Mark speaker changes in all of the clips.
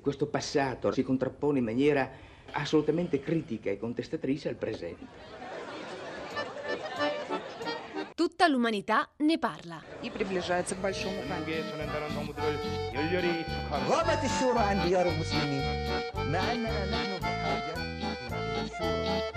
Speaker 1: questo passato si contrappone in maniera assolutamente critica e contestatrice al presente.
Speaker 2: Tutta l'umanità ne parla.
Speaker 3: И приближается к большому камню.
Speaker 4: غابت الشورى عن ديار المسلمين مع أننا نحن بحاجة إلى الشورى.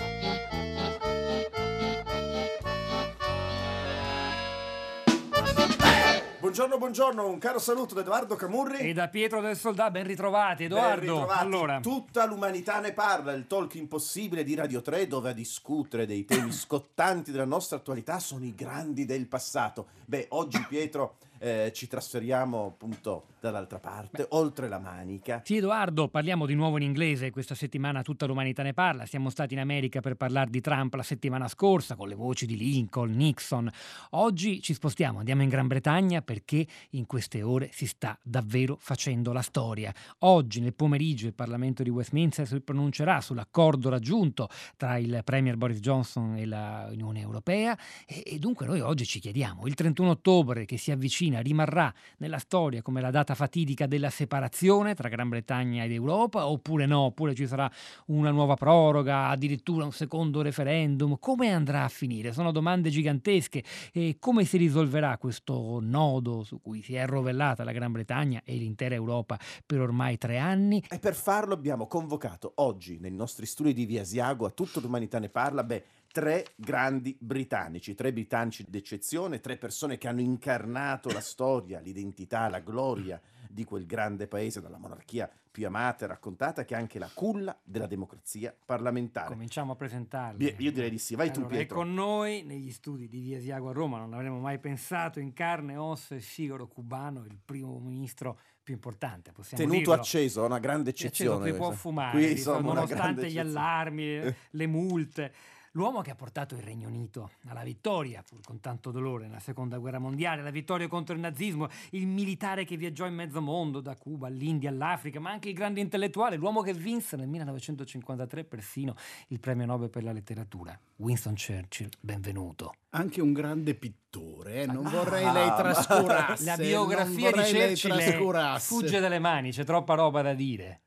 Speaker 5: Buongiorno, un caro saluto da Edoardo Camurri
Speaker 6: e da Pietro del Soldà, ben ritrovati Edoardo.
Speaker 5: Ben ritrovati.
Speaker 6: Allora,
Speaker 5: Tutta l'umanità ne parla, il talk impossibile di Radio 3 dove a discutere dei temi scottanti della nostra attualità sono i grandi del passato. Oggi Pietro ci trasferiamo appunto dall'altra parte, oltre la Manica.
Speaker 6: Sì Edoardo, parliamo di nuovo in inglese, questa settimana tutta l'umanità ne parla, siamo stati in America per parlare di Trump la settimana scorsa con le voci di Lincoln, Nixon. Oggi ci spostiamo, andiamo in Gran Bretagna perché in queste ore si sta davvero facendo la storia. Oggi nel pomeriggio il Parlamento di Westminster si pronuncerà sull'accordo raggiunto tra il Premier Boris Johnson e l'Unione Europea e dunque noi oggi ci chiediamo, il 31 ottobre che si avvicina rimarrà nella storia come la data fatidica della separazione tra Gran Bretagna ed Europa oppure no, oppure ci sarà una nuova proroga, addirittura un secondo referendum? Come andrà a finire? Sono domande gigantesche e come si risolverà questo nodo su cui si è rovellata la Gran Bretagna e l'intera Europa per ormai 3 anni?
Speaker 5: E per farlo abbiamo convocato oggi nei nostri studi di Via Asiago, a tutta l'umanità ne parla, 3 grandi britannici, 3 britannici d'eccezione, 3 persone che hanno incarnato la storia, l'identità, la gloria di quel grande paese, dalla monarchia più amata e raccontata, che è anche la culla della democrazia parlamentare.
Speaker 6: Cominciamo a presentarli.
Speaker 5: Io direi di sì, vai tu Pietro.
Speaker 6: È con noi negli studi di Via Asiago a Roma, non avremmo mai pensato, in carne e ossa il sigaro cubano, il primo ministro più importante, possiamo
Speaker 5: tenuto
Speaker 6: dirlo.
Speaker 5: acceso, una grande eccezione.
Speaker 6: Qui può fumare,
Speaker 5: qui, insomma,
Speaker 6: nonostante gli allarmi, le multe. L'uomo che ha portato il Regno Unito alla vittoria, pur con tanto dolore, nella Seconda Guerra Mondiale, la vittoria contro il nazismo, il militare che viaggiò in mezzo mondo, da Cuba all'India all'Africa, ma anche il grande intellettuale, l'uomo che vinse nel 1953 persino il premio Nobel per la letteratura. Winston Churchill, benvenuto.
Speaker 7: Anche un grande pittore, non vorrei lei trascurasse.
Speaker 6: La biografia di Churchill sfugge dalle mani, c'è troppa roba da dire.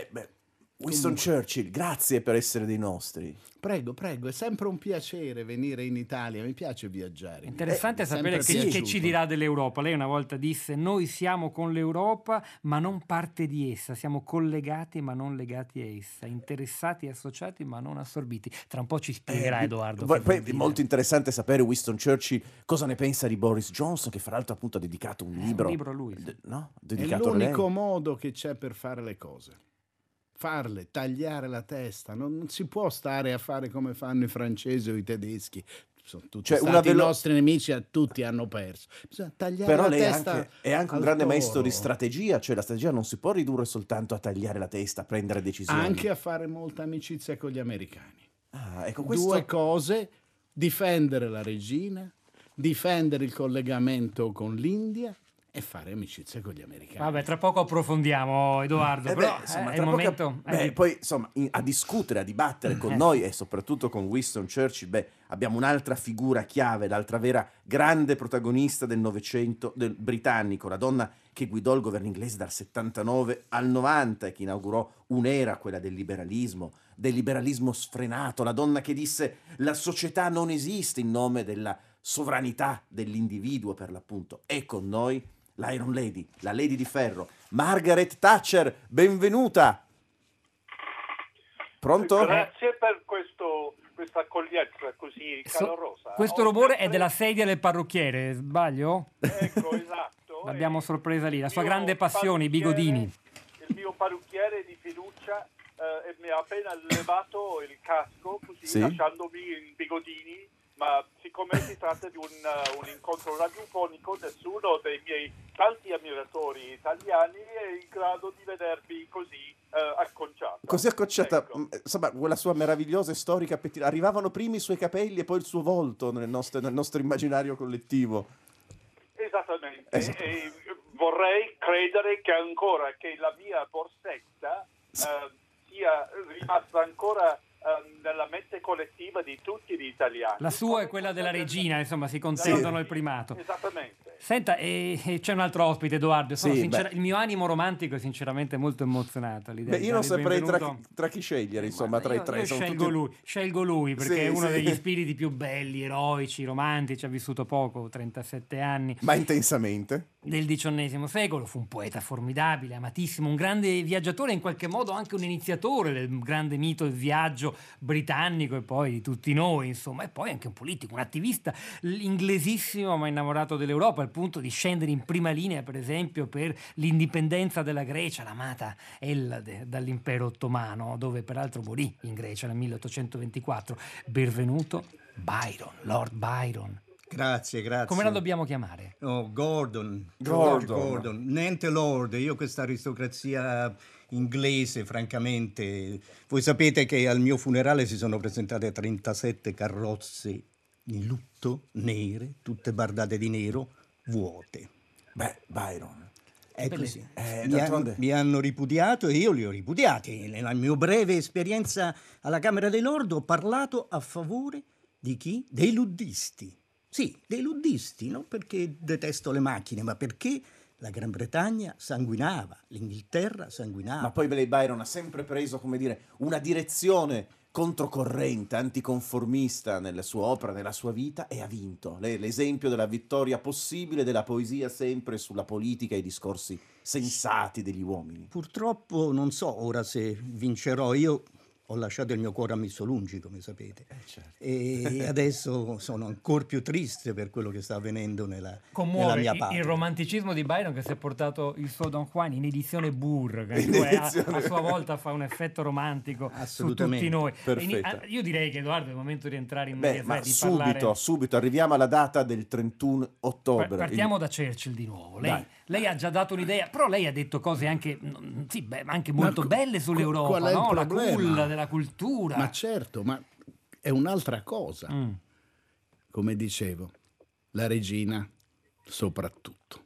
Speaker 5: Winston Churchill, grazie per essere dei nostri.
Speaker 7: Prego, è sempre un piacere venire in Italia, mi piace viaggiare.
Speaker 6: Interessante sapere che ci dirà dell'Europa. Lei una volta disse: noi siamo con l'Europa ma non parte di essa, siamo collegati ma non legati a essa, interessati e associati ma non assorbiti. Tra un po' ci spiegherà Edoardo.
Speaker 5: Poi è molto interessante sapere Winston Churchill cosa ne pensa di Boris Johnson, che fra l'altro appunto ha dedicato un libro
Speaker 6: a lui.
Speaker 5: Dedicato
Speaker 7: è l'unico modo che c'è per fare le cose. Farle, tagliare la testa, non si può stare a fare come fanno i francesi o i tedeschi, sono tutti stati i nostri nemici, tutti hanno perso. Bisogna tagliare
Speaker 5: Però
Speaker 7: la
Speaker 5: lei
Speaker 7: testa.
Speaker 5: È anche un grande maestro di strategia, cioè la strategia non si può ridurre soltanto a tagliare la testa, a prendere decisioni.
Speaker 7: Anche a fare molta amicizia con gli americani.
Speaker 5: Ecco,
Speaker 7: 2 cose: difendere la regina, difendere il collegamento con l'India e fare amicizia con gli americani.
Speaker 6: Vabbè, tra poco approfondiamo, Edoardo, però
Speaker 5: insomma,
Speaker 6: è il momento...
Speaker 5: Poi, insomma, a discutere, a dibattere con noi e soprattutto con Winston Churchill, abbiamo un'altra figura chiave, l'altra vera grande protagonista del Novecento, del britannico, la donna che guidò il governo inglese dal 79 al 90 e che inaugurò un'era, quella del liberalismo sfrenato, la donna che disse: la società non esiste in nome della sovranità dell'individuo, per l'appunto. È con noi l'Iron Lady, la Lady di Ferro, Margaret Thatcher, benvenuta. Pronto?
Speaker 8: Grazie per questa accoglienza così calorosa.
Speaker 6: Questo rumore è della sedia del parrucchiere, sbaglio?
Speaker 8: Ecco, esatto.
Speaker 6: L'abbiamo sorpresa lì, la sua grande passione, i bigodini.
Speaker 8: Il mio parrucchiere di fiducia mi ha appena levato il casco, così lasciandomi in bigodini. Ma siccome si tratta di un incontro radiofonico, nessuno dei miei tanti ammiratori italiani è in grado di vedervi così acconciata.
Speaker 5: Così acconciata,
Speaker 8: ecco.
Speaker 5: Insomma, quella sua meravigliosa e storica pettina. Arrivavano prima i suoi capelli e poi il suo volto nel nostro immaginario collettivo.
Speaker 8: Esattamente. E vorrei credere che ancora che la mia borsetta sia rimasta ancora nella mente collettiva di tutti gli italiani.
Speaker 6: La sua è quella della regina, insomma, si contendono il primato.
Speaker 8: Esattamente.
Speaker 6: Senta, c'è un altro ospite, Edoardo. Il mio animo romantico è sinceramente molto emozionato.
Speaker 5: Io non saprei tra chi scegliere, insomma, tra i tre.
Speaker 6: Scelgo lui perché è uno degli spiriti più belli, eroici, romantici. Ha vissuto poco, 37 anni.
Speaker 5: Ma intensamente.
Speaker 6: Del XVIII secolo, fu un poeta formidabile, amatissimo, un grande viaggiatore, in qualche modo anche un iniziatore del grande mito del viaggio britannico e poi di tutti noi, insomma, e poi anche un politico, un attivista inglesissimo ma innamorato dell'Europa, al punto di scendere in prima linea, per esempio, per l'indipendenza della Grecia, l'amata Ellade, dall'impero ottomano, dove peraltro morì in Grecia nel 1824. Benvenuto Byron, Lord Byron.
Speaker 9: Grazie.
Speaker 6: Come la dobbiamo chiamare?
Speaker 9: Oh, Gordon. Niente Lord, io questa aristocrazia inglese, francamente. Voi sapete che al mio funerale si sono presentate 37 carrozze in lutto, nere, tutte bardate di nero, vuote.
Speaker 5: Beh, Byron.
Speaker 9: È così. Mi hanno ripudiato e io li ho ripudiati. Nella mia breve esperienza alla Camera dei Lord ho parlato a favore di chi? Dei luddisti. Sì, dei luddisti, non perché detesto le macchine, ma perché la Gran Bretagna sanguinava, l'Inghilterra sanguinava.
Speaker 5: Ma poi Byron ha sempre preso, come dire, una direzione controcorrente, anticonformista nella sua opera, nella sua vita, e ha vinto. L'esempio della vittoria possibile della poesia sempre sulla politica e i discorsi sensati degli uomini.
Speaker 9: Purtroppo non so ora se vincerò. Io ho lasciato il mio cuore a Missolungi, come sapete,
Speaker 5: certo.
Speaker 9: E adesso sono ancora più triste per quello che sta avvenendo nella mia patria.
Speaker 6: Il romanticismo di Byron, che si è portato il suo Don Juan in edizione Burr, che a sua volta fa un effetto romantico su tutti noi. Io direi che, Edoardo, è il momento di entrare in
Speaker 5: ma subito arriviamo alla data del 31 ottobre.
Speaker 6: Partiamo da Churchill di nuovo. Lei ha già dato un'idea, però lei ha detto cose anche molto belle sull'Europa, no? La culla della cultura.
Speaker 7: Ma certo, ma è un'altra cosa. Come dicevo, la regina soprattutto.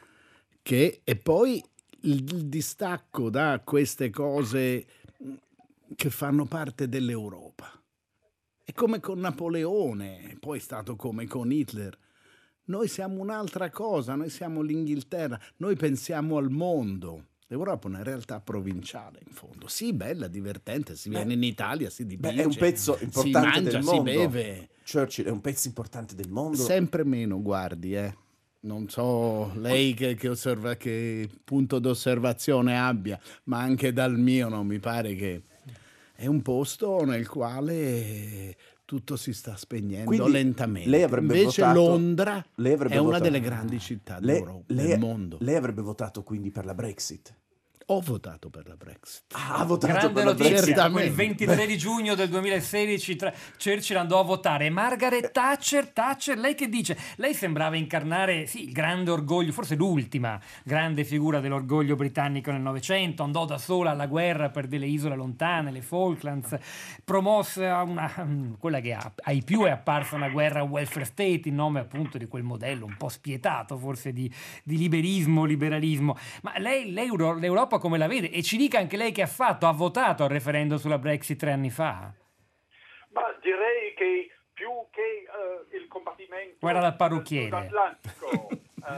Speaker 7: E poi il distacco da queste cose che fanno parte dell'Europa. È come con Napoleone, poi è stato come con Hitler. Noi siamo un'altra cosa, noi siamo l'Inghilterra, noi pensiamo al mondo. L'Europa è una realtà provinciale, in fondo. Sì, bella, divertente, si viene in Italia, si dipinge,
Speaker 5: è un pezzo importante
Speaker 7: si mangia,
Speaker 5: del mondo.
Speaker 7: si beve.
Speaker 5: Churchill è un pezzo importante del mondo.
Speaker 7: Sempre meno, guardi, Non so lei che punto d'osservazione abbia, ma anche dal mio non mi pare che... È un posto nel quale tutto si sta spegnendo. Quindi lentamente.
Speaker 5: Lei avrebbe
Speaker 7: Invece
Speaker 5: votato,
Speaker 7: Londra è una delle
Speaker 5: votato,
Speaker 7: grandi città d'Europa, del mondo.
Speaker 5: Lei avrebbe votato quindi per la Brexit?
Speaker 7: Ho votato per la Brexit.
Speaker 5: Ha votato
Speaker 6: grande
Speaker 5: per la
Speaker 6: notizia,
Speaker 5: Brexit.
Speaker 6: Il 23 di giugno del 2016 Churchill andò a votare. Margaret Thatcher, lei che dice? Lei sembrava incarnare il grande orgoglio, forse l'ultima grande figura dell'orgoglio britannico nel Novecento. Andò da sola alla guerra per delle isole lontane, le Falklands, promosse quella che ai più è apparsa una guerra welfare state, in nome appunto di quel modello un po' spietato forse di liberalismo. Ma lei l'Europa come la vede? E ci dica anche lei che ha votato al referendum sulla Brexit 3 anni fa.
Speaker 8: Ma direi che più che il combattimento
Speaker 6: guarda dal parrucchiere
Speaker 8: atlantico,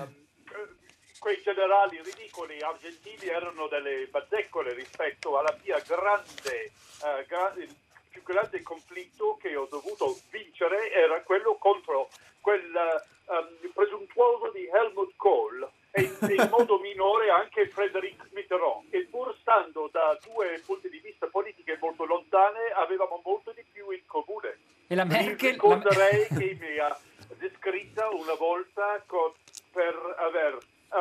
Speaker 8: quei generali ridicoli argentini erano delle bazzecole rispetto alla mia il più grande conflitto che ho dovuto vincere era quello contro quel presuntuoso di Helmut Kohl e in modo minore anche Frédéric Mitterrand, che pur stando da due punti di vista politiche molto lontane avevamo molto di più in comune.
Speaker 6: E la Merkel?
Speaker 8: Ricorderei che mi ha descritta una volta per aver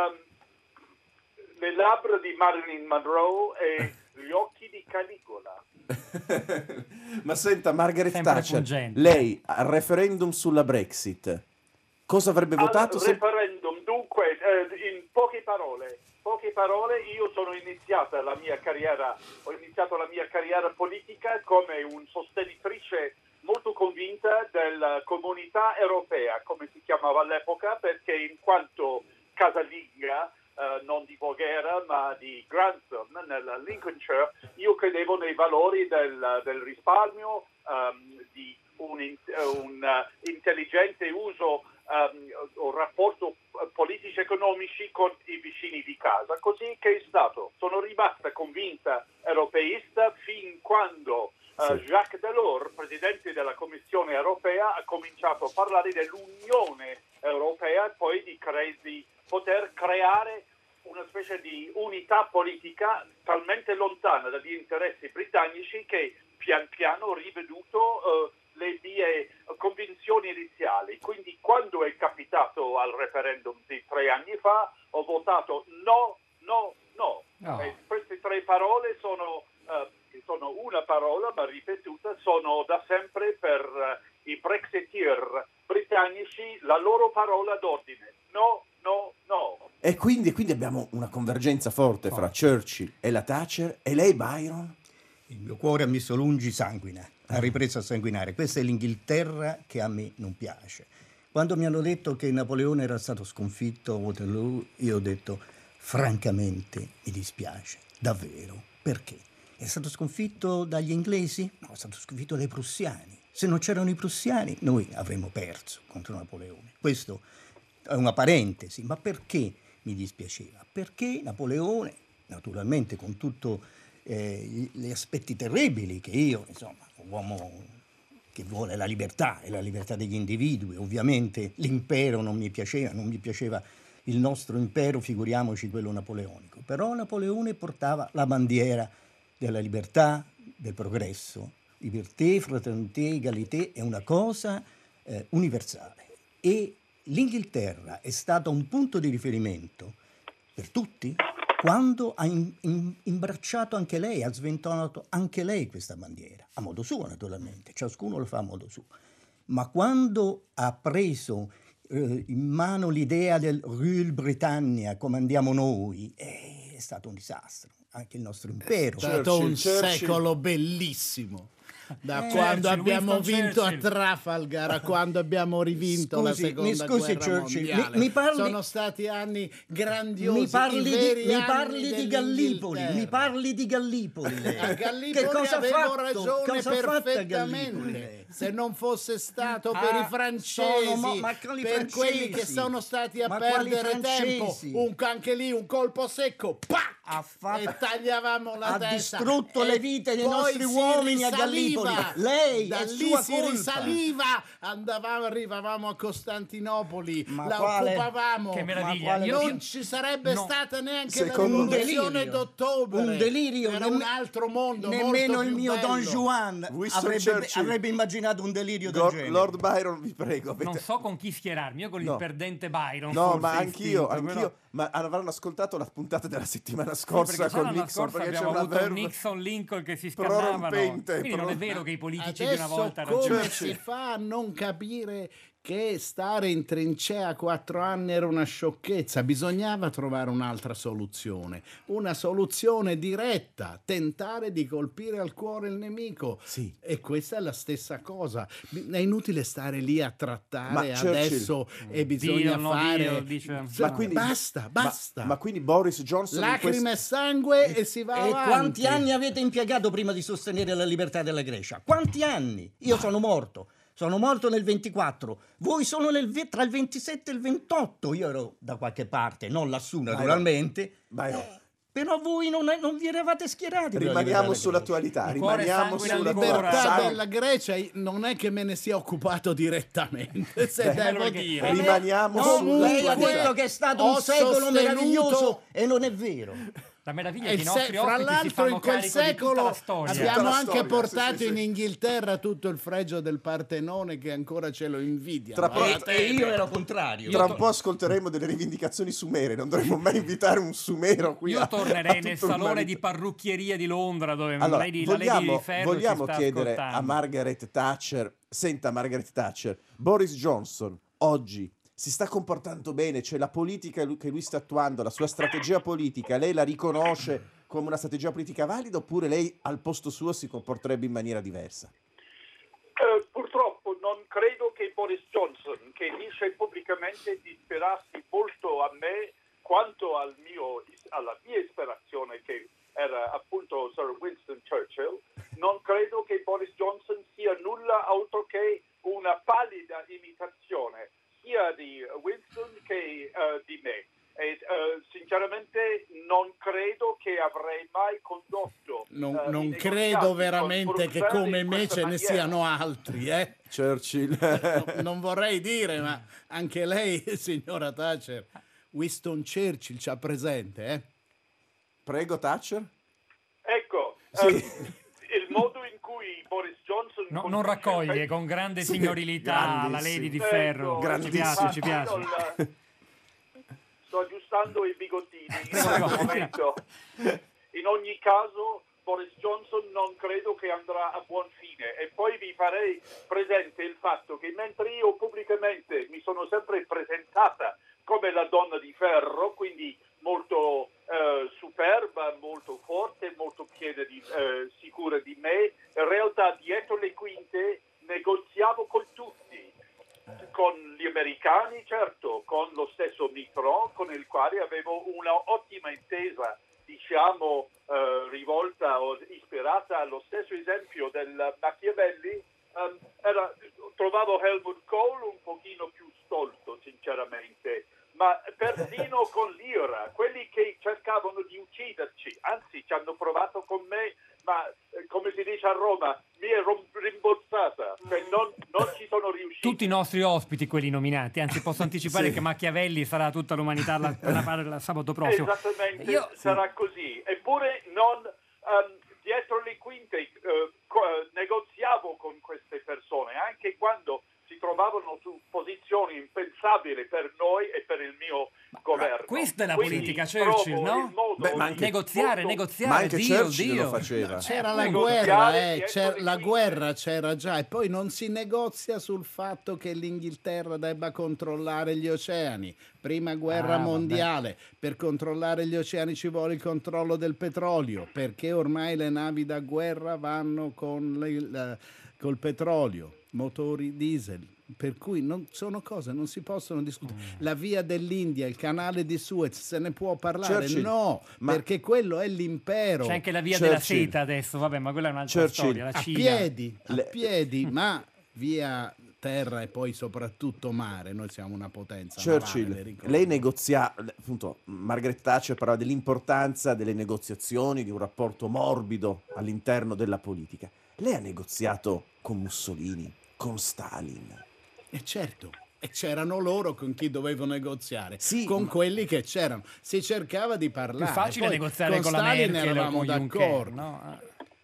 Speaker 8: le labbra di Marilyn Monroe e gli occhi di Caligola.
Speaker 5: Ma senta, Margaret
Speaker 6: sempre
Speaker 5: Thatcher,
Speaker 6: pungente.
Speaker 5: Lei al referendum sulla Brexit cosa avrebbe votato?
Speaker 8: Referendum, dunque, in poche parole, io ho iniziato la mia carriera politica come un sostenitrice molto convinta della comunità europea, come si chiamava all'epoca, perché in quanto casalinga, non di Voghera ma di Grantham, nella Lincolnshire, io credevo nei valori del risparmio, di un intelligente uso o rapporto politici economici con i vicini di casa, così che è stato. Sono rimasta convinta europeista fin quando Jacques Delors, presidente della Commissione europea, ha cominciato a parlare dell'Unione Europea e poi di poter creare una specie di unità politica talmente lontana dagli interessi britannici che pian piano ha riveduto le mie convinzioni iniziali. Quindi quando è capitato al referendum di 3 anni fa ho votato no. E queste 3 parole sono una parola ma ripetuta, sono da sempre per i Brexiteer britannici la loro parola d'ordine: no.
Speaker 5: E quindi abbiamo una convergenza forte fra Churchill e la Thatcher. E lei, Byron?
Speaker 9: Il mio cuore ha messo lungi sanguina, ha ripreso a sanguinare. Questa è l'Inghilterra che a me non piace. Quando mi hanno detto che Napoleone era stato sconfitto a Waterloo, io ho detto francamente mi dispiace, davvero. Perché? È stato sconfitto dagli inglesi? No, è stato sconfitto dai prussiani. Se non c'erano i prussiani, noi avremmo perso contro Napoleone. Questo è una parentesi, ma perché mi dispiaceva? Perché Napoleone, naturalmente con tutti gli aspetti terribili che io, insomma, uomo che vuole la libertà e la libertà degli individui, ovviamente l'impero non mi piaceva il nostro impero, figuriamoci quello napoleonico. Però Napoleone portava la bandiera della libertà, del progresso. Liberté, fraternité, égalité è una cosa universale. E l'Inghilterra è stata un punto di riferimento per tutti quando ha imbracciato anche lei, ha sventato anche lei questa bandiera, a modo suo naturalmente, ciascuno lo fa a modo suo. Ma quando ha preso in mano l'idea del Rule Britannia, come andiamo noi, è stato un disastro. Anche il nostro impero.
Speaker 7: È stato un secolo bellissimo. Da quando abbiamo vinto a Trafalgar a quando abbiamo rivinto la seconda guerra mondiale. Sono stati anni grandiosi.
Speaker 9: Mi parli di Gallipoli. Mi parli di Gallipoli.
Speaker 7: A Gallipoli che cosa avevo ragione perfettamente. Se non fosse stato per i francesi, per quelli che sono stati a perdere tempo, anche lì un colpo secco, e tagliavamo la testa.
Speaker 9: Ha distrutto le vite dei nostri uomini a Gallipoli. Lei,
Speaker 7: da lì si risaliva, arrivavamo a Costantinopoli, occupavamo.
Speaker 6: Che meraviglia!
Speaker 7: Non ci sarebbe stata neanche la rivoluzione d'ottobre.
Speaker 9: Un delirio,
Speaker 7: era un altro mondo.
Speaker 9: Nemmeno il mio
Speaker 7: bello.
Speaker 9: Don Juan avrebbe immaginato un delirio del genere.
Speaker 5: Lord Byron, vi prego.
Speaker 6: Non so con chi schierarmi, io con il perdente Byron.
Speaker 5: No,
Speaker 6: forse
Speaker 5: ma anch'io.
Speaker 6: Però...
Speaker 5: Ma avranno ascoltato la puntata della settimana scorsa con Nixon, perché c'è una
Speaker 6: verba Nixon, Lincoln che si scannavano. Quindi non è vero che i politici di una volta
Speaker 7: come si fa a non capire che stare in trincea 4 anni era una sciocchezza? Bisognava trovare un'altra soluzione, una soluzione diretta, tentare di colpire al cuore il nemico.
Speaker 5: Sì.
Speaker 7: E questa è la stessa cosa. È inutile stare lì a trattare adesso e bisogna fare.
Speaker 5: Ma quindi,
Speaker 7: basta.
Speaker 5: Ma quindi Boris Johnson
Speaker 7: lacrime e sangue e si va avanti.
Speaker 9: E quanti anni avete impiegato prima di sostenere la libertà della Grecia? Quanti anni? Io sono morto. Sono morto nel 24, voi sono tra il 27 e il 28, io ero da qualche parte, non lassù naturalmente, però voi non vi eravate schierati.
Speaker 5: Rimaniamo sull'attualità, rimaniamo sulla
Speaker 7: libertà della Grecia, non è che me ne sia occupato direttamente, se devo dire.
Speaker 5: Rimaniamo sull'attualità.
Speaker 9: Lei ha detto che è stato un secolo meraviglioso e non è vero.
Speaker 6: La meraviglia è che i nostri
Speaker 7: fra l'altro in quel secolo abbiamo anche portato
Speaker 5: sì.
Speaker 7: in Inghilterra tutto il fregio del Partenone che ancora ce lo invidia.
Speaker 9: E io ero contrario.
Speaker 5: Tra un po' ascolteremo delle rivendicazioni sumere, non dovremmo mai invitare un sumero qui.
Speaker 6: Io tornerei nel salone di parrucchieria di Londra dove
Speaker 5: allora,
Speaker 6: la Lady di Ferro
Speaker 5: vogliamo
Speaker 6: ci sta
Speaker 5: chiedere
Speaker 6: ascoltando.
Speaker 5: a Margaret Thatcher, senta Margaret Thatcher, Boris Johnson oggi si sta comportando bene, cioè la politica che lui sta attuando, la sua strategia politica, lei la riconosce come una strategia politica valida oppure lei al posto suo si comporterebbe in maniera diversa?
Speaker 8: Purtroppo non credo che Boris Johnson, che dice pubblicamente di ispirarsi molto a me quanto alla mia ispirazione, che era appunto Sir Winston Churchill, non credo che Boris Johnson sia nulla altro che una pallida imitazione sia di Winston che di me. E sinceramente non credo che avrei mai condotto.
Speaker 7: Non credo veramente che come me ce ne siano altri,
Speaker 5: Churchill.
Speaker 7: Non vorrei dire, ma anche lei, signora Thatcher, Winston Churchill ci ha presente,
Speaker 5: Prego, Thatcher.
Speaker 8: Ecco,
Speaker 5: sì.
Speaker 8: Il modo in cui Boris Johnson
Speaker 6: non raccoglie con grande signorilità la Lady di Ferro. Ci piace.
Speaker 8: Sto aggiustando i bigottini in questo momento. In ogni caso Boris Johnson non credo che andrà a buon fine, e poi vi farei presente il fatto che mentre io pubblicamente mi sono sempre presentata come la donna di ferro, quindi molto superba, molto forte, molto piena di sicura di me, in realtà dietro le quinte negoziavo con tutti, con gli americani, certo, con lo stesso Mitterrand, con il quale avevo una ottima intesa, diciamo, rivolta o ispirata allo stesso esempio del Machiavelli. Trovavo Helmut Kohl un pochino più stolto, sinceramente, ma persino con l'IRA, quelli che cercavano di ucciderci, anzi ci hanno provato con me, ma come si dice a Roma, mi è rimborsata, cioè non ci sono riusciti.
Speaker 6: Tutti i nostri ospiti, quelli nominati, anzi posso anticipare che Machiavelli sarà tutta l'umanità la sabato prossimo.
Speaker 8: Esattamente, sarà così. Eppure non dietro le quinte negoziavo con queste persone, anche quando si trovavano su posizioni impensabili per noi e per il mio governo.
Speaker 6: Questa è la politica, Churchill, no?
Speaker 8: Ma
Speaker 6: anche negoziare,
Speaker 5: ma anche Churchill lo faceva.
Speaker 7: C'era la guerra, la guerra c'era già, e poi non si negozia sul fatto che l'Inghilterra debba controllare gli oceani. Prima guerra mondiale, per controllare gli oceani ci vuole il controllo del petrolio, perché ormai le navi da guerra vanno col petrolio, motori diesel, per cui sono cose non si possono discutere. La via dell'India, il canale di Suez, se ne può parlare?
Speaker 5: Churchill,
Speaker 7: perché quello è l'impero.
Speaker 6: C'è anche la via della seta adesso, vabbè, ma quella è un'altra storia, la Cina.
Speaker 7: A piedi, ma via terra e poi soprattutto mare, noi siamo una potenza
Speaker 5: Churchill,
Speaker 7: navale,
Speaker 5: lei appunto, Margaret Thatcher parlava dell'importanza delle negoziazioni, di un rapporto morbido all'interno della politica. Lei ha negoziato con Mussolini, con Stalin.
Speaker 7: E certo, e c'erano loro con chi dovevo negoziare,
Speaker 5: con
Speaker 7: quelli che c'erano. Si cercava di parlare.
Speaker 6: Più facile
Speaker 7: poi,
Speaker 6: negoziare con la
Speaker 7: Stalin
Speaker 6: Merkel,
Speaker 7: eravamo
Speaker 6: con
Speaker 7: d'accordo.
Speaker 6: no?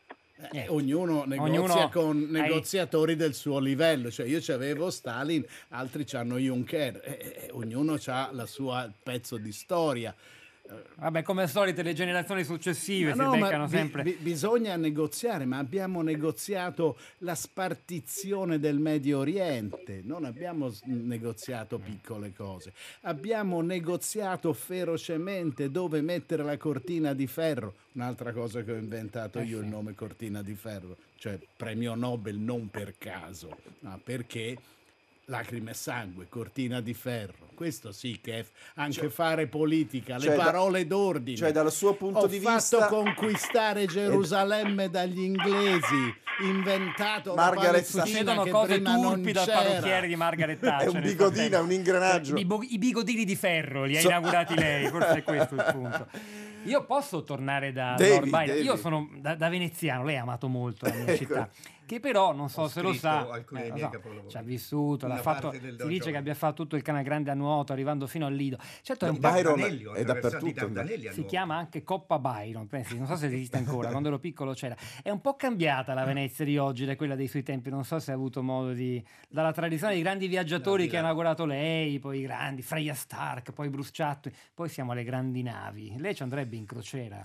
Speaker 7: Ognuno negozia con negoziatori del suo livello, cioè io c'avevo Stalin, altri c'hanno Juncker, ognuno ha la sua pezzo di storia.
Speaker 6: Vabbè, come al solito le generazioni successive si beccano sempre.
Speaker 7: Bisogna negoziare, ma abbiamo negoziato la spartizione del Medio Oriente, non abbiamo negoziato piccole cose, abbiamo negoziato ferocemente dove mettere la cortina di ferro. Un'altra cosa che ho inventato io, il nome cortina di ferro, cioè premio Nobel non per caso, ma perché lacrime e sangue, cortina di ferro. Questo sì che è anche fare politica, le parole d'ordine.
Speaker 5: Cioè dal suo punto di vista...
Speaker 7: Ho fatto conquistare Gerusalemme dagli inglesi, inventato
Speaker 6: Margaret Thatcher. Succedono cose turpi dal parrucchiere di Margaret Thatcher.
Speaker 5: È un bigodino, è un ingranaggio.
Speaker 6: I bigodini di ferro li ha inaugurati lei, forse è questo il punto. Io posso tornare da Lord Byron. Io sono da veneziano, lei ha amato molto la mia città, che però non so se lo sa, ci ha vissuto, l'ha fatto, si dice che abbia fatto tutto il Canal Grande a nuoto arrivando fino al Lido. Certo, è un
Speaker 5: Byron è dappertutto.
Speaker 6: Si chiama anche Coppa Byron, pensi, non so se esiste ancora, quando ero piccolo c'era. È un po' cambiata la Venezia di oggi da quella dei suoi tempi, non so se ha avuto modo dalla tradizione dei grandi viaggiatori che ha inaugurato lei, poi i grandi Freya Stark, poi Bruce Chatwin, poi siamo alle grandi navi. Lei ci andrebbe in crociera?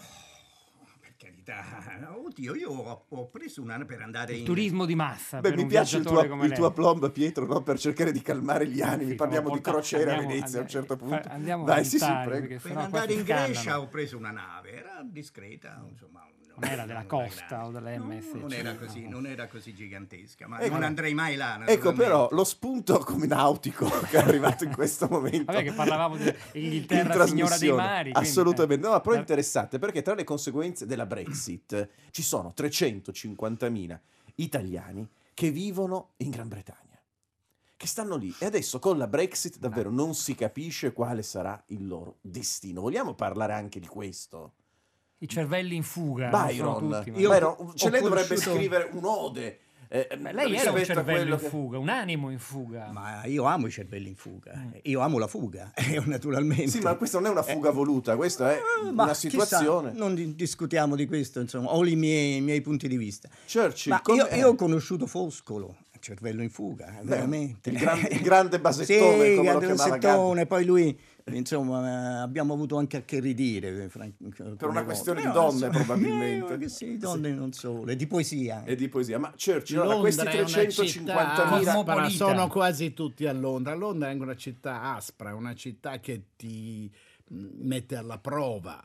Speaker 9: Per carità, oddio, io ho preso una per andare in
Speaker 6: turismo di massa.
Speaker 5: Beh, mi piace il tuo aplomb, Pietro, no? Per cercare di calmare gli animi. Parliamo di crociera a Venezia a un certo punto.
Speaker 6: Andiamo
Speaker 5: Dai, sì, prego.
Speaker 9: Per andare in Grecia ho preso una nave, era discreta, insomma,
Speaker 6: Non era della Costa o della MSC.
Speaker 9: Non era così gigantesca, ma non andrei mai là.
Speaker 5: Ecco, però lo spunto come nautico che è arrivato in questo momento.
Speaker 6: Vabbè, che parlavamo di Inghilterra, signora dei mari.
Speaker 5: Assolutamente. No, però è interessante perché tra le conseguenze della Brexit ci sono 350.000 italiani che vivono in Gran Bretagna, che stanno lì e adesso con la Brexit davvero non si capisce quale sarà il loro destino. Vogliamo parlare anche di questo?
Speaker 6: I cervelli in fuga.
Speaker 5: Byron lei dovrebbe scrivere un'ode.
Speaker 6: Lei era un cervello in fuga, un animo in fuga.
Speaker 9: Ma io amo i cervelli in fuga, io amo la fuga, naturalmente.
Speaker 5: Sì, ma questa non è una fuga voluta, questa è una situazione.
Speaker 9: Chissà, non discutiamo di questo, insomma, ho i miei punti di vista.
Speaker 5: Churchill,
Speaker 9: io ho conosciuto Foscolo, cervello in fuga, veramente.
Speaker 5: Il grande basettone,
Speaker 9: sì,
Speaker 5: come lo chiamava
Speaker 9: basettone, poi lui, insomma, abbiamo avuto anche a che ridire.
Speaker 5: Per una questione di donne, probabilmente.
Speaker 9: Sì, donne non solo, e di poesia.
Speaker 5: E di poesia. Ma Churchill, allora, questi 350.000
Speaker 7: sono quasi tutti a Londra. Londra è una città aspra, una città che ti mette alla prova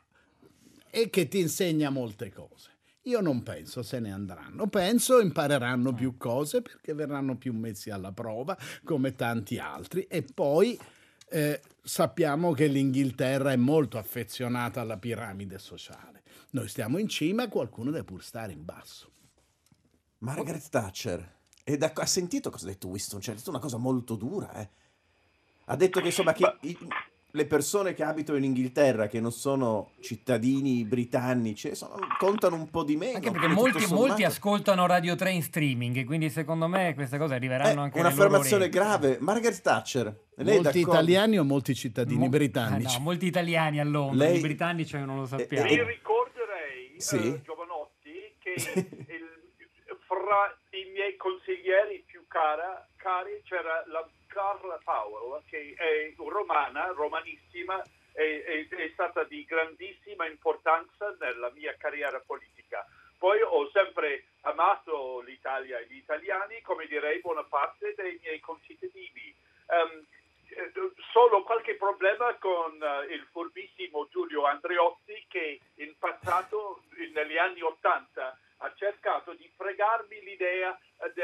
Speaker 7: e che ti insegna molte cose. Io non penso se ne andranno, penso impareranno più cose perché verranno più messi alla prova come tanti altri e poi sappiamo che l'Inghilterra è molto affezionata alla piramide sociale. Noi stiamo in cima, qualcuno deve pur stare in basso.
Speaker 5: Margaret Thatcher, ha sentito cosa ha detto Winston? Cioè, ha detto una cosa molto dura. Ha detto che insomma che le persone che abitano in Inghilterra, che non sono cittadini britannici, contano un po' di meno.
Speaker 6: Anche perché molti ascoltano Radio 3 in streaming, e quindi secondo me queste cose arriveranno anche alle loro
Speaker 5: un'affermazione
Speaker 6: orecchie.
Speaker 5: grave. Margaret Thatcher,
Speaker 7: molti italiani o molti cittadini britannici?
Speaker 6: No, molti italiani a Londra, i britannici non lo sappiamo.
Speaker 8: Vi ricorderei, giovanotti, che fra i miei consiglieri più cari c'era la Carla Powell, che è romanissima, è stata di grandissima importanza nella mia carriera politica. Poi ho sempre amato l'Italia e gli italiani, come direi buona parte dei miei concittadini. Solo qualche problema con il furbissimo Giulio Andreotti, che in passato, negli anni '80, ha cercato di fregarmi l'idea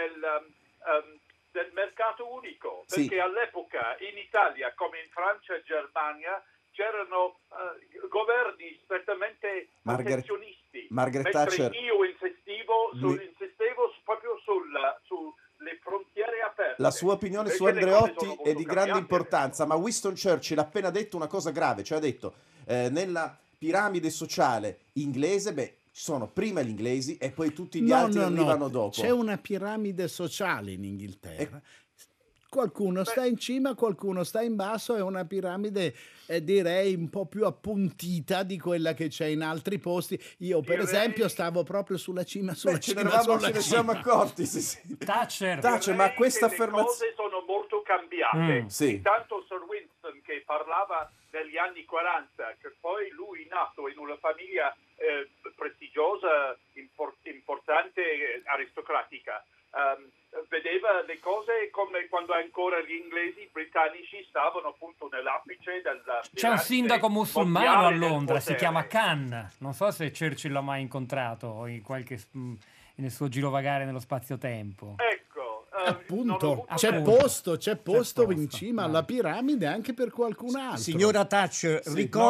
Speaker 8: del mercato unico, perché all'epoca in Italia, come in Francia e Germania, c'erano governi strettamente protezionisti, mentre io insistevo proprio sulle frontiere aperte.
Speaker 5: La sua opinione su Andreotti è di grande importanza, ma Winston Churchill ha appena detto una cosa grave, cioè ha detto nella piramide sociale inglese, sono prima gli inglesi e poi tutti gli altri arrivano dopo.
Speaker 7: C'è una piramide sociale in Inghilterra. Qualcuno sta in cima, qualcuno sta in basso, è una piramide direi un po' più appuntita di quella che c'è in altri posti. Io per esempio stavo proprio sulla cima, ce
Speaker 5: ne siamo accorti. Sì.
Speaker 6: Thatcher,
Speaker 5: ma questa
Speaker 8: affermazione... Le cose sono molto cambiate. Intanto Sir Winston, che parlava negli anni 40, che poi lui nato in una famiglia prestigiosa, importante, aristocratica, vedeva le cose come quando ancora gli inglesi britannici stavano appunto nell'apice della...
Speaker 6: C'è un sindaco musulmano a Londra, si chiama Khan, non so se Churchill l'ha mai incontrato nel suo girovagare nello spazio-tempo.
Speaker 8: Ecco,
Speaker 7: appunto, c'è posto in cima alla piramide anche per qualcun altro.
Speaker 9: Signora Thatcher,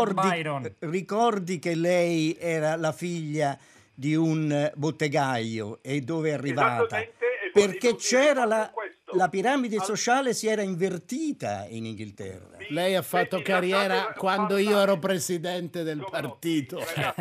Speaker 9: ricordi che lei era la figlia di un bottegaio e dove è arrivata? Perché c'era la piramide sociale si era invertita in Inghilterra.
Speaker 7: Lei ha fatto carriera quando io ero presidente del partito.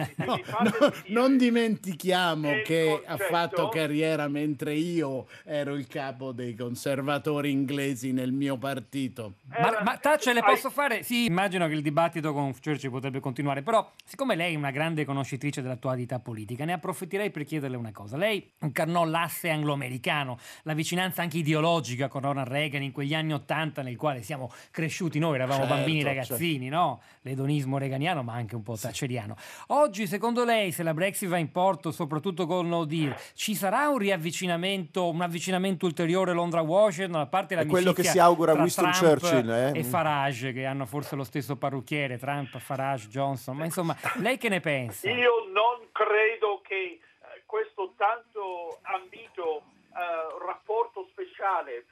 Speaker 7: Non dimentichiamo che ha fatto carriera mentre io ero il capo dei conservatori inglesi nel mio partito.
Speaker 6: Ma Thatcher, le posso fare? Sì, immagino che il dibattito con Churchill potrebbe continuare, però siccome lei è una grande conoscitrice dell'attualità politica, ne approfitterei per chiederle una cosa. Lei incarnò l'asse anglo-americano, la vicinanza anche ideologica con Ronald Reagan in quegli anni '80 nel quale siamo cresciuti noi, eravamo bambini ragazzini, no? L'edonismo reganiano ma anche un po' thatcheriano. Oggi secondo lei, se la Brexit va in porto, soprattutto con il no deal, ci sarà un avvicinamento ulteriore Londra-Washington, a parte la
Speaker 5: quello che si augura Winston
Speaker 6: Trump
Speaker 5: Churchill
Speaker 6: e Farage, che hanno forse lo stesso parrucchiere, Trump, Farage, Johnson, ma insomma lei che ne pensa?
Speaker 8: Io non credo che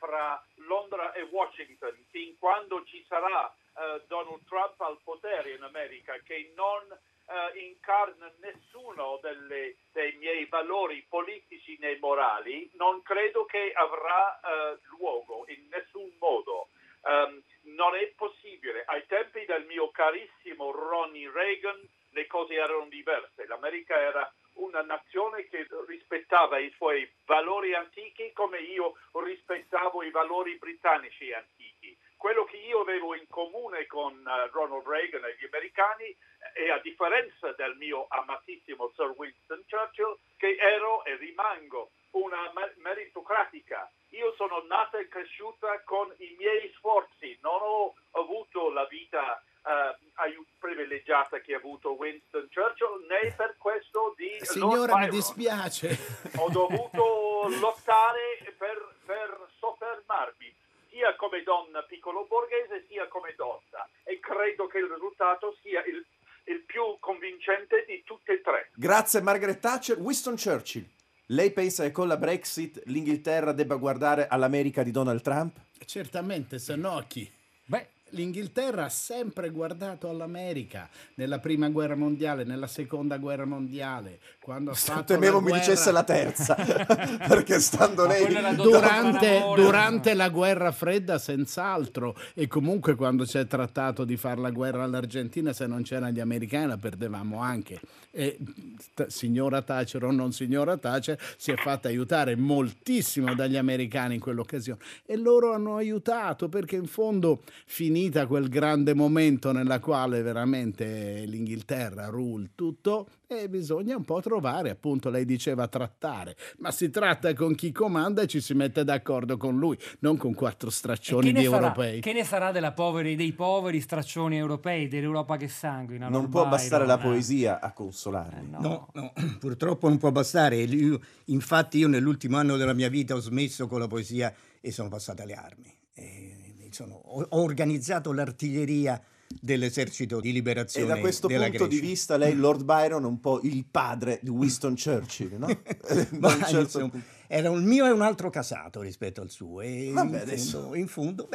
Speaker 8: fra Londra e Washington, fin quando ci sarà Donald Trump al potere in America, che non incarna nessuno dei miei valori politici né morali, non credo che avrà luogo in nessun modo. Non è possibile. Ai tempi del mio carissimo Ronnie Reagan le cose erano diverse. L'America era una nazione che rispettava i suoi valori antichi come io rispettavo i valori britannici antichi. Quello che io avevo in comune con Ronald Reagan e gli americani è, a differenza del mio amatissimo Sir Winston Churchill, che ero e rimango una meritocratica. Io sono nata e cresciuta con i miei sforzi, non ho avuto la vita privilegiata che ha avuto Winston Churchill, né per questo di
Speaker 7: Signora, mi dispiace.
Speaker 8: Ho dovuto lottare per soffermarmi, sia come donna piccolo borghese, sia come donna, e credo che il risultato sia il più convincente di tutte e tre.
Speaker 5: Grazie Margaret Thatcher. Winston Churchill, lei pensa che con la Brexit l'Inghilterra debba guardare all'America di Donald Trump?
Speaker 7: Certamente, se no a chi?
Speaker 6: Beh,
Speaker 7: l'Inghilterra ha sempre guardato all'America, nella prima guerra mondiale, nella seconda guerra mondiale, quando ha fatto
Speaker 5: temevo
Speaker 7: la
Speaker 5: mi
Speaker 7: guerra...
Speaker 5: dicesse la terza, perché stando lei
Speaker 7: durante la guerra fredda senz'altro, e comunque quando c'è trattato di fare la guerra all'Argentina, se non c'erano gli americani la perdevamo anche, e signora Thatcher o non signora Thatcher si è fatta aiutare moltissimo dagli americani in quell'occasione, e loro hanno aiutato, perché in fondo finita quel grande momento nella quale veramente l'Inghilterra rule tutto, e bisogna un po' trovare, appunto lei diceva trattare, ma si tratta con chi comanda e ci si mette d'accordo con lui, non con quattro straccioni di europei.
Speaker 6: Che ne sarà dei poveri straccioni europei, dell'Europa che sanguina?
Speaker 5: Non può bastare la poesia a consolarli.
Speaker 9: No, purtroppo non può bastare. Infatti io nell'ultimo anno della mia vita ho smesso con la poesia e sono passato alle armi. Ho organizzato l'artiglieria dell'esercito di liberazione
Speaker 5: della Grecia. E da questo punto di vista lei, Lord Byron, è un po' il padre di Winston Churchill, no?
Speaker 9: Era il mio e un altro casato rispetto al suo, e
Speaker 5: vabbè,
Speaker 9: in fondo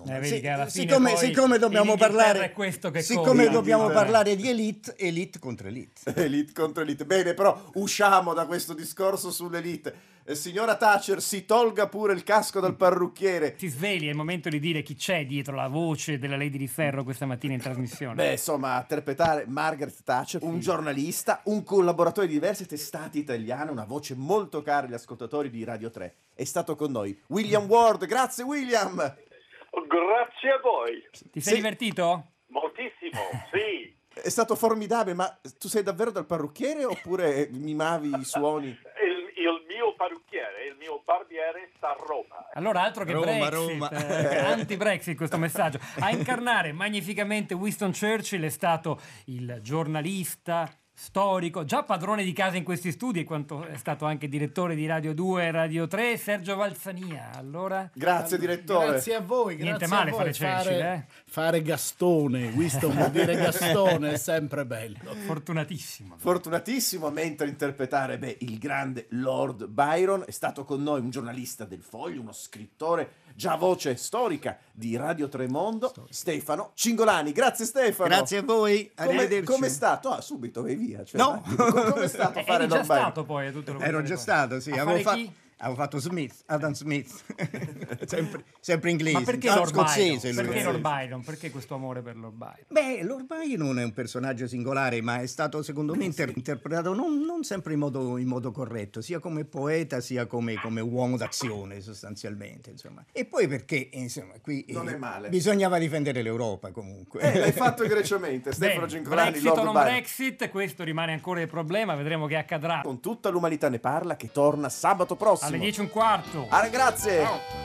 Speaker 6: siccome
Speaker 9: dobbiamo parlare,
Speaker 6: è questo che
Speaker 9: siccome dobbiamo parlare di elite contro elite.
Speaker 5: Bene, però usciamo da questo discorso sull'elite. Signora Thatcher, si tolga pure il casco dal parrucchiere.
Speaker 6: Si svegli, è il momento di dire chi c'è dietro la voce della Lady di Ferro questa mattina in trasmissione.
Speaker 5: Beh, insomma, a interpretare Margaret Thatcher, un giornalista, un collaboratore di diverse testate italiane, una voce molto cara agli ascoltatori di Radio 3. È stato con noi William Ward. Grazie William.
Speaker 8: Grazie a voi.
Speaker 6: Ti sei divertito?
Speaker 8: Moltissimo, sì.
Speaker 5: È stato formidabile, ma tu sei davvero dal parrucchiere oppure mimavi i suoni?
Speaker 8: Il mio parrucchiere, il mio barbiere sta a Roma.
Speaker 6: Allora altro che Roma. Anti-Brexit questo messaggio. A incarnare magnificamente Winston Churchill è stato il giornalista storico, già padrone di casa in questi studi, e quanto è stato anche direttore di Radio 2 e Radio 3, Sergio Valsania. Allora,
Speaker 5: grazie direttore.
Speaker 7: Grazie a voi.
Speaker 6: Niente male
Speaker 7: a voi.
Speaker 6: fare Churchill,
Speaker 7: fare Gastone, Winston vuol dire Gastone, è sempre bello.
Speaker 5: Fortunatissimo, mentre interpretare il grande Lord Byron. È stato con noi un giornalista del Foglio, uno scrittore, già voce storica di Radio Tremondo, Stefano Cingolani. Grazie Stefano.
Speaker 9: Grazie a voi. Arrivederci.
Speaker 5: Come è stato? Subito vai via.
Speaker 9: No.
Speaker 5: Come è stato fare Lord Byron?
Speaker 6: Stato poi,
Speaker 9: ero già stato, sì. Avevo fatto Adam Smith, sempre inglese.
Speaker 6: Ma perché Lord Byron? Perché Lord Byron? Perché questo amore per Lord Byron?
Speaker 9: Beh, Lord Byron è un personaggio singolare, ma è stato secondo me interpretato non sempre in modo corretto, sia come poeta sia come uomo d'azione sostanzialmente, insomma. E poi perché, insomma, qui
Speaker 5: non è male.
Speaker 9: Bisognava difendere l'Europa comunque.
Speaker 5: L'hai fatto egregiamente, Stefano Cingolani.
Speaker 6: Brexit o non Brexit, questo rimane ancora il problema, vedremo che accadrà.
Speaker 5: Con tutta l'umanità ne parla, che torna sabato prossimo.
Speaker 6: Alle 10:15.
Speaker 5: Grazie.
Speaker 6: Ciao.